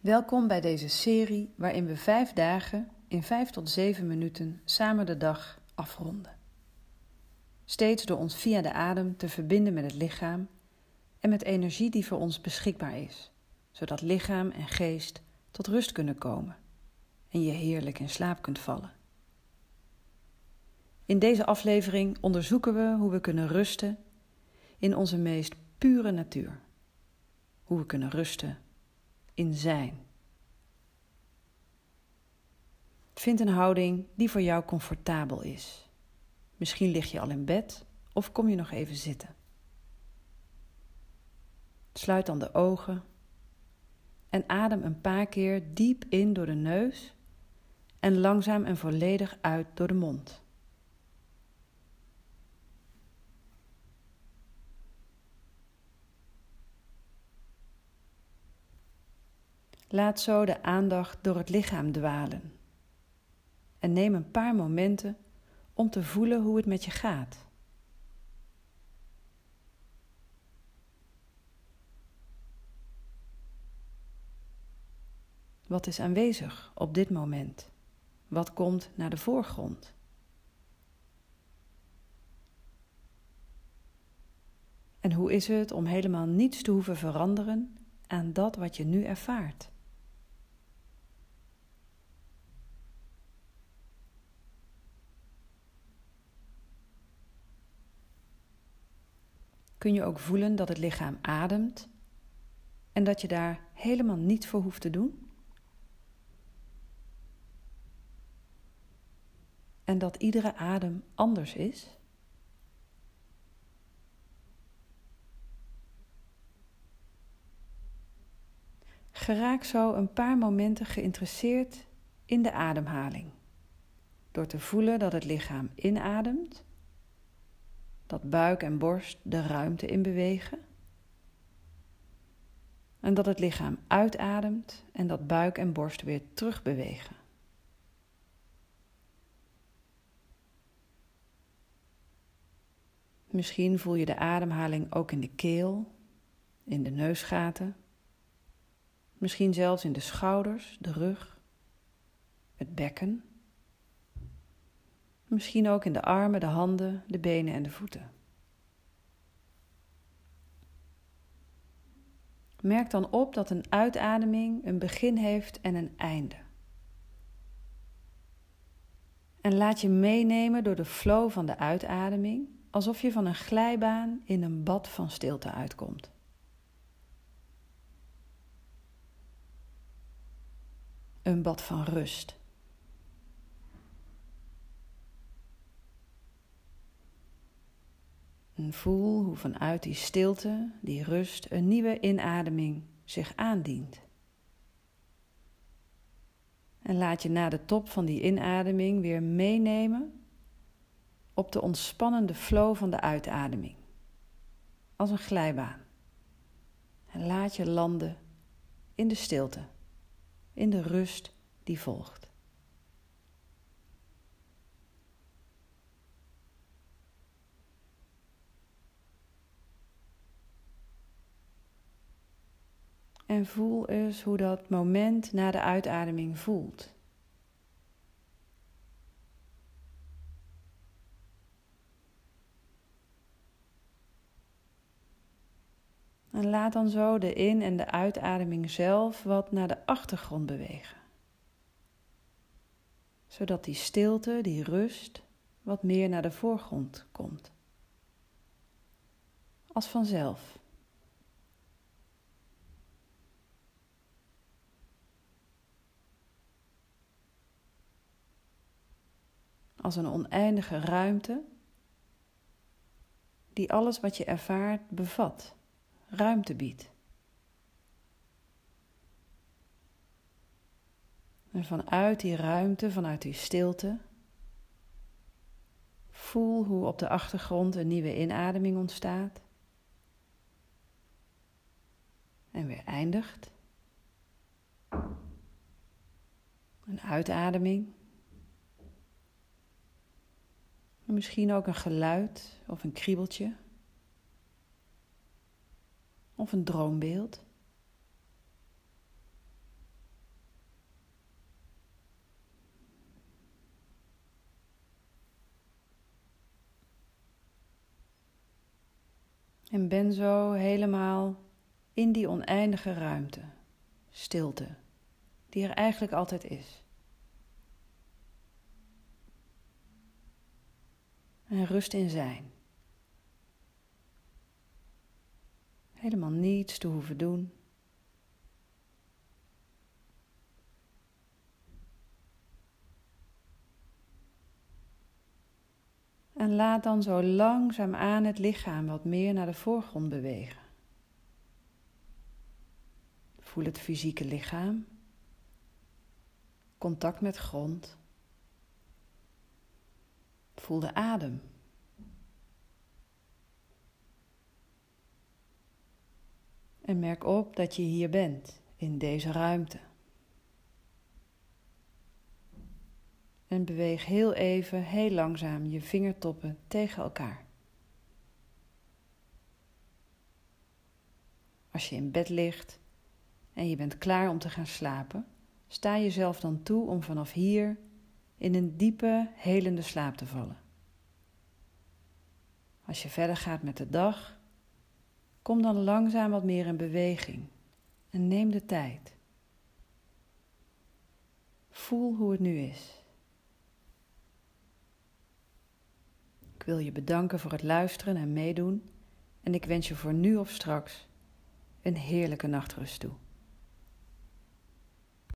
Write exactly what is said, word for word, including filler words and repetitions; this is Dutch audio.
Welkom bij deze serie waarin we vijf dagen in vijf tot zeven minuten samen de dag afronden. Steeds door ons via de adem te verbinden met het lichaam en met energie die voor ons beschikbaar is, zodat lichaam en geest tot rust kunnen komen en je heerlijk in slaap kunt vallen. In deze aflevering onderzoeken we hoe we kunnen rusten in onze meest pure natuur. Hoe we kunnen rusten in zijn. Vind een houding die voor jou comfortabel is. Misschien lig je al in bed of kom je nog even zitten. Sluit dan de ogen en adem een paar keer diep in door de neus en langzaam en volledig uit door de mond. Laat zo de aandacht door het lichaam dwalen. En neem een paar momenten om te voelen hoe het met je gaat. Wat is aanwezig op dit moment? Wat komt naar de voorgrond? En hoe is het om helemaal niets te hoeven veranderen aan dat wat je nu ervaart? Kun je ook voelen dat het lichaam ademt en dat je daar helemaal niets voor hoeft te doen? En dat iedere adem anders is? Geraak zo een paar momenten geïnteresseerd in de ademhaling, door te voelen dat het lichaam inademt, dat buik en borst de ruimte in bewegen, en dat het lichaam uitademt en dat buik en borst weer terugbewegen. Misschien voel je de ademhaling ook in de keel, in de neusgaten, misschien zelfs in de schouders, de rug, het bekken. Misschien ook in de armen, de handen, de benen en de voeten. Merk dan op dat een uitademing een begin heeft en een einde. En laat je meenemen door de flow van de uitademing, alsof je van een glijbaan in een bad van stilte uitkomt. Een bad van rust. En voel hoe vanuit die stilte, die rust, een nieuwe inademing zich aandient. En laat je na de top van die inademing weer meenemen op de ontspannende flow van de uitademing. Als een glijbaan. En laat je landen in de stilte, in de rust die volgt. En voel eens hoe dat moment na de uitademing voelt. En laat dan zo de in- en de uitademing zelf wat naar de achtergrond bewegen. Zodat die stilte, die rust, wat meer naar de voorgrond komt. Als vanzelf. Als een oneindige ruimte die alles wat je ervaart bevat, ruimte biedt. En vanuit die ruimte, vanuit die stilte, voel hoe op de achtergrond een nieuwe inademing ontstaat en weer eindigt. Een uitademing. Misschien ook een geluid of een kriebeltje. Of een droombeeld. En ben zo helemaal in die oneindige ruimte, stilte, die er eigenlijk altijd is. En rust in zijn. Helemaal niets te hoeven doen. En laat dan zo langzaamaan het lichaam wat meer naar de voorgrond bewegen. Voel het fysieke lichaam, contact met grond. Voel de adem. En merk op dat je hier bent, in deze ruimte. En beweeg heel even, heel langzaam je vingertoppen tegen elkaar. Als je in bed ligt en je bent klaar om te gaan slapen, sta jezelf dan toe om vanaf hier in een diepe, helende slaap te vallen. Als je verder gaat met de dag, kom dan langzaam wat meer in beweging en neem de tijd. Voel hoe het nu is. Ik wil je bedanken voor het luisteren en meedoen en ik wens je voor nu of straks een heerlijke nachtrust toe.